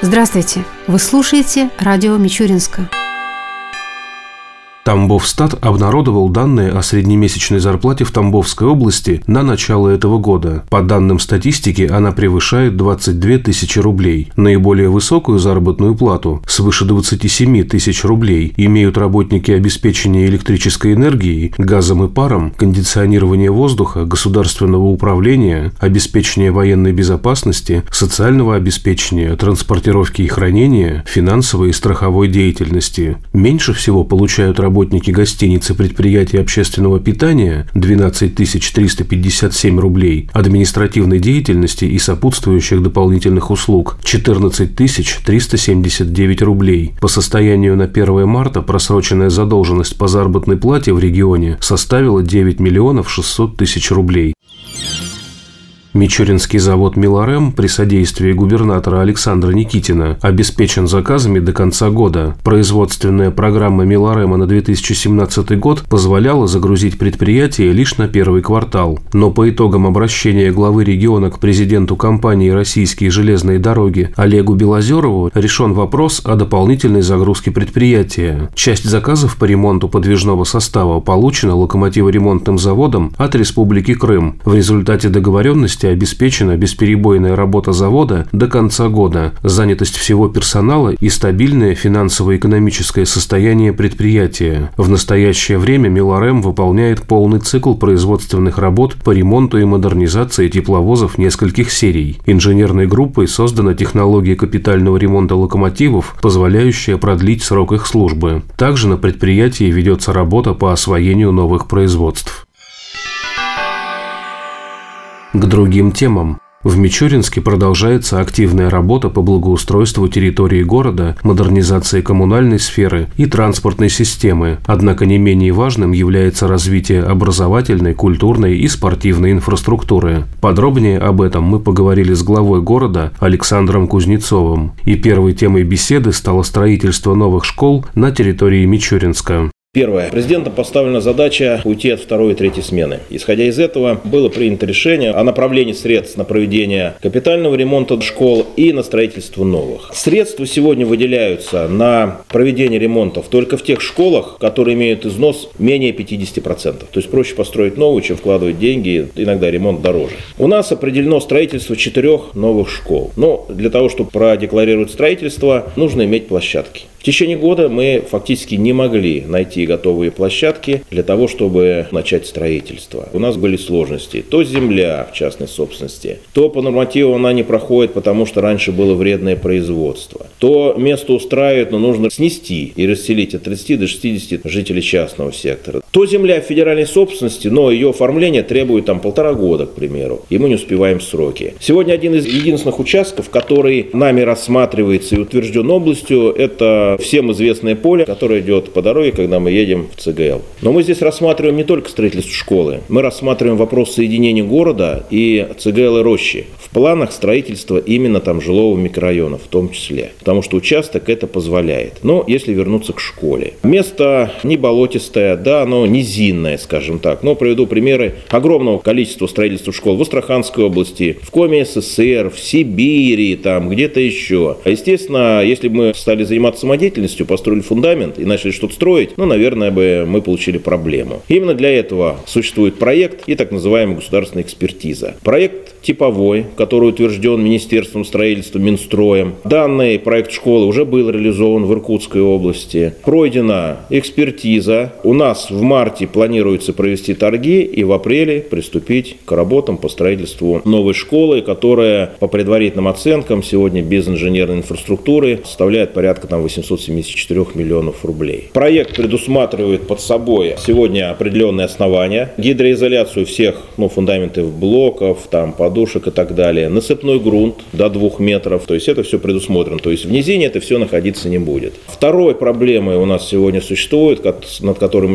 Здравствуйте! Вы слушаете радио Мичуринска. Тамбовстат обнародовал данные о среднемесячной зарплате в Тамбовской области на начало этого года. По данным статистики, она превышает 22 тысячи рублей. Наиболее высокую заработную плату, свыше 27 тысяч рублей, имеют работники обеспечения электрической энергией, газом и паром, кондиционирования воздуха, государственного управления, обеспечения военной безопасности, социального обеспечения, транспортировки и хранения, финансовой и страховой деятельности. Меньше всего получают работники гостиниц и предприятий общественного питания 12 357 рублей, административной деятельности и сопутствующих дополнительных услуг 14 379 рублей. По состоянию на 1 марта просроченная задолженность по заработной плате в регионе составила 9 600 000 рублей. Мичуринский завод «Миларем» при содействии губернатора Александра Никитина обеспечен заказами до конца года. Производственная программа «Миларема» на 2017 год позволяла загрузить предприятие лишь на первый квартал. Но по итогам обращения главы региона к президенту компании «Российские железные дороги» Олегу Белозерову решен вопрос о дополнительной загрузке предприятия. Часть заказов по ремонту подвижного состава получена локомотиворемонтным заводом от Республики Крым. В результате договоренности обеспечена бесперебойная работа завода до конца года, занятость всего персонала и стабильное финансово-экономическое состояние предприятия. В настоящее время «Миларем» выполняет полный цикл производственных работ по ремонту и модернизации тепловозов нескольких серий. Инженерной группой создана технология капитального ремонта локомотивов, позволяющая продлить срок их службы. Также на предприятии ведется работа по освоению новых производств. К другим темам. В Мичуринске продолжается активная работа по благоустройству территории города, модернизации коммунальной сферы и транспортной системы. Однако не менее важным является развитие образовательной, культурной и спортивной инфраструктуры. Подробнее об этом мы поговорили с главой города Александром Кузнецовым. И первой темой беседы стало строительство новых школ на территории Мичуринска. Первое. Президентом поставлена задача уйти от второй и третьей смены. Исходя из этого, было принято решение о направлении средств на проведение капитального ремонта школ и на строительство новых. Средства сегодня выделяются на проведение ремонтов только в тех школах, которые имеют износ менее 50%. То есть проще построить новую, чем вкладывать деньги, иногда ремонт дороже. У нас определено строительство 4 новых школ. Но для того, чтобы продекларировать строительство, нужно иметь площадки. В течение года мы фактически не могли найти готовые площадки для того, чтобы начать строительство. У нас были сложности. То земля в частной собственности, то по нормативам она не проходит, потому что раньше было вредное производство. То место устраивает, но нужно снести и расселить от 30 до 60 жителей частного сектора. То земля в федеральной собственности, но ее оформление требует 1,5 года, к примеру, и мы не успеваем в сроки. Сегодня один из единственных участков, который нами рассматривается и утвержден областью, это всем известное поле, которое идет по дороге, когда мы едем в ЦГЛ. Но мы здесь рассматриваем не только строительство школы, мы рассматриваем вопрос соединения города и ЦГЛ и Рощи. В планах строительства именно там жилого микрорайона в том числе, потому что участок это позволяет. Но если вернуться к школе. Место не болотистое, да, оно низинное, скажем так. Но приведу примеры огромного количества строительства школ в Астраханской области, в Коми СССР, в Сибири, там где-то еще. А естественно, если бы мы стали заниматься самодеятельностью, построили фундамент и начали что-то строить, наверное, мы получили проблему. Именно для этого существует проект и так называемая государственная экспертиза. Проект типовой, который утвержден Министерством строительства, Минстроем. Данный проект школы уже был реализован в Иркутской области. Пройдена экспертиза. У нас в марте планируется провести торги и в апреле приступить к работам по строительству новой школы, которая по предварительным оценкам сегодня без инженерной инфраструктуры составляет порядка 874 миллионов рублей. Проект предусматривает под собой сегодня определенные основания, гидроизоляцию всех фундаментов блоков, подушек и так далее, насыпной грунт до 2 метров, то есть это все предусмотрено, то есть в низине это все находиться не будет. Второй проблемой у нас сегодня существует, над которой мы сейчас работаем,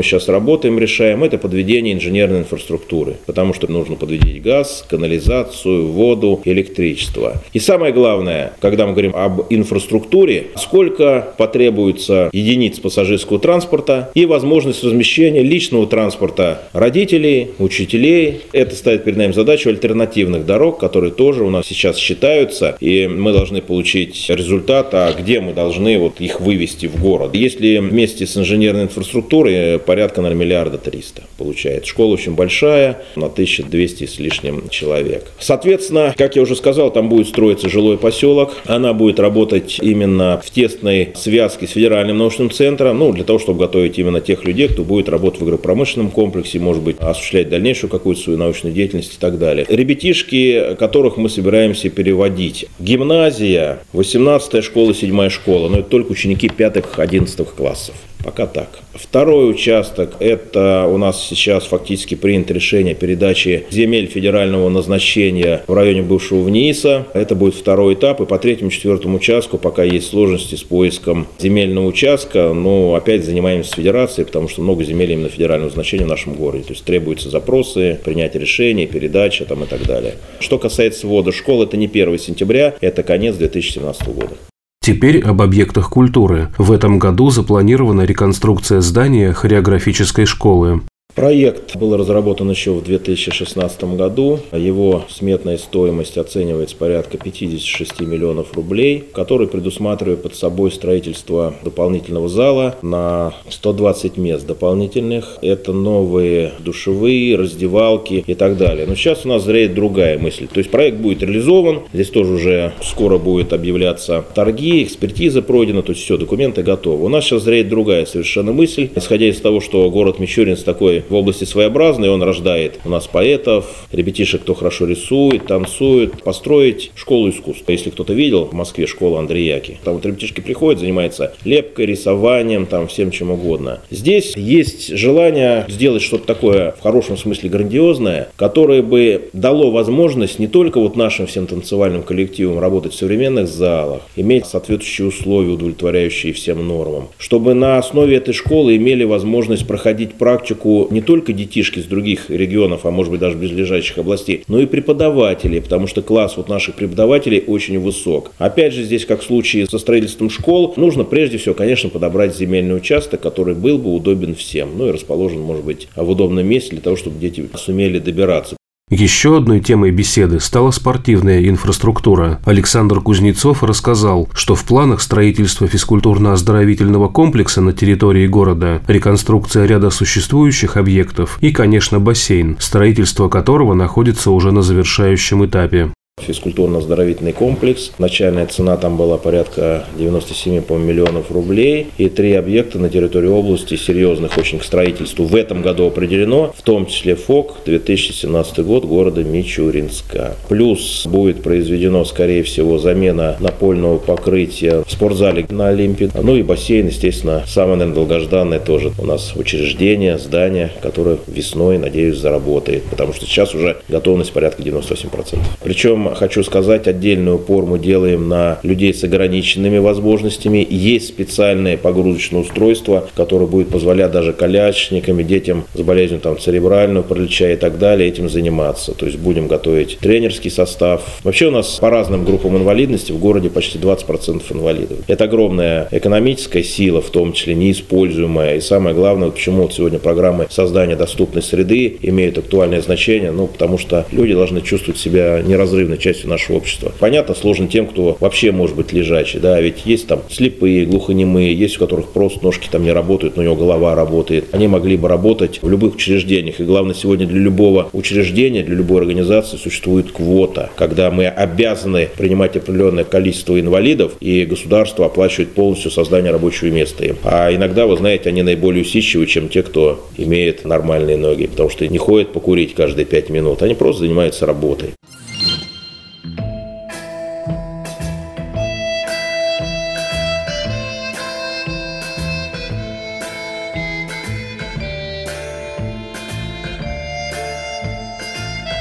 работаем, решаем, это подведение инженерной инфраструктуры, потому что нужно подводить газ, канализацию, воду, электричество. И самое главное, когда мы говорим об инфраструктуре, сколько потребуется единиц пассажирского транспорта и возможность размещения личного транспорта родителей, учителей. Это ставит перед нами задачу альтернативных дорог, которые тоже у нас сейчас считаются, и мы должны получить результат, а где мы должны их вывести в город. Если вместе с инженерной инфраструктурой порядка, наверное, 1,3 миллиарда получается. Школа очень большая, на 1200 с лишним человек. Соответственно, как я уже сказал, там будет строиться жилой поселок. Она будет работать именно в тесной связке с федеральным научным центром, для того, чтобы готовить именно тех людей, кто будет работать в агропромышленном комплексе, может быть, осуществлять дальнейшую какую-то свою научную деятельность и так далее. Ребятишки, которых мы собираемся переводить. Гимназия, 18-я школа, 7-я школа, но это только ученики 5-11 классов. Пока так. Второй участок – это у нас сейчас фактически принято решение передачи земель федерального назначения в районе бывшего ВНИИСа. Это будет второй этап. И по 3-4 участку пока есть сложности с поиском земельного участка. Но опять занимаемся с федерацией, потому что много земель именно федерального значения в нашем городе. То есть требуются запросы, принятие решений, передача и так далее. Что касается ввода школ, это не 1 сентября, это конец 2017 года. Теперь об объектах культуры. В этом году запланирована реконструкция здания хореографической школы. Проект был разработан еще в 2016 году. Его сметная стоимость оценивается порядка 56 миллионов рублей, который предусматривает под собой строительство дополнительного зала на 120 мест дополнительных. Это новые душевые, раздевалки и так далее. Но сейчас у нас зреет другая мысль. То есть проект будет реализован. Здесь тоже уже скоро будет объявляться торги, экспертиза пройдена, то есть все, документы готовы. У нас сейчас зреет другая совершенно мысль. Исходя из того, что город Мичуринск такой в области своеобразный, он рождает у нас поэтов, ребятишек, кто хорошо рисует, танцует, построить школу искусства. Если кто-то видел в Москве школу Андреяки, там ребятишки приходят, занимаются лепкой, рисованием, всем чем угодно. Здесь есть желание сделать что-то такое в хорошем смысле грандиозное, которое бы дало возможность не только нашим всем танцевальным коллективам работать в современных залах, иметь соответствующие условия, удовлетворяющие всем нормам, чтобы на основе этой школы имели возможность проходить практику не только детишки из других регионов, а может быть даже близлежащих областей, но и преподаватели, потому что класс наших преподавателей очень высок. Опять же, здесь, как в случае со строительством школ, нужно прежде всего, конечно, подобрать земельный участок, который был бы удобен всем, и расположен, может быть, в удобном месте для того, чтобы дети сумели добираться. Еще одной темой беседы стала спортивная инфраструктура. Александр Кузнецов рассказал, что в планах строительства физкультурно-оздоровительного комплекса на территории города, реконструкция ряда существующих объектов и, конечно, бассейн, строительство которого находится уже на завершающем этапе. Физкультурно-оздоровительный комплекс. Начальная цена там была порядка 97, миллионов рублей. И 3 объекта на территории области серьезных очень к строительству в этом году определено, в том числе ФОК, 2017 год города Мичуринска. Плюс будет произведено, скорее всего, замена напольного покрытия в спортзале на Олимпе. И бассейн, естественно, самое, наверное, долгожданное тоже у нас учреждение, здание, которое весной, надеюсь, заработает. Потому что сейчас уже готовность порядка 98%. Причем хочу сказать, отдельный упор мы делаем на людей с ограниченными возможностями. Есть специальное погрузочное устройство, которое будет позволять даже колясочникам, детям с болезнью церебрального паралича и так далее этим заниматься. То есть будем готовить тренерский состав. Вообще у нас по разным группам инвалидности в городе почти 20% инвалидов. Это огромная экономическая сила, в том числе неиспользуемая. И самое главное, почему сегодня программы создания доступной среды имеют актуальное значение, потому что люди должны чувствовать себя неразрывной частью нашего общества. Понятно, сложно тем, кто вообще может быть лежачий, ведь есть слепые, глухонемые, есть у которых просто ножки не работают, но у него голова работает. Они могли бы работать в любых учреждениях. И главное, сегодня для любого учреждения, для любой организации существует квота, когда мы обязаны принимать определенное количество инвалидов, и государство оплачивает полностью создание рабочего места им. А иногда, вы знаете, они наиболее усидчивы, чем те, кто имеет нормальные ноги, потому что не ходят покурить каждые 5 минут, они просто занимаются работой.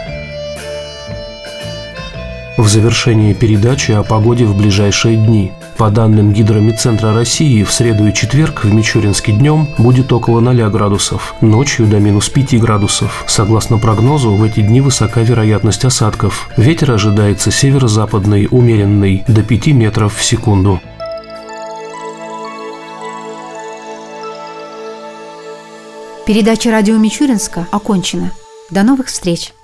В завершении передачи о погоде в ближайшие дни. По данным Гидромедцентра России, в среду и четверг в Мичуринске днем будет около 0 градусов, ночью до минус 5 градусов. Согласно прогнозу, в эти дни высока вероятность осадков. Ветер ожидается северо-западный, умеренный, до 5 метров в секунду. Передача «Радио Мичуринска» окончена. До новых встреч!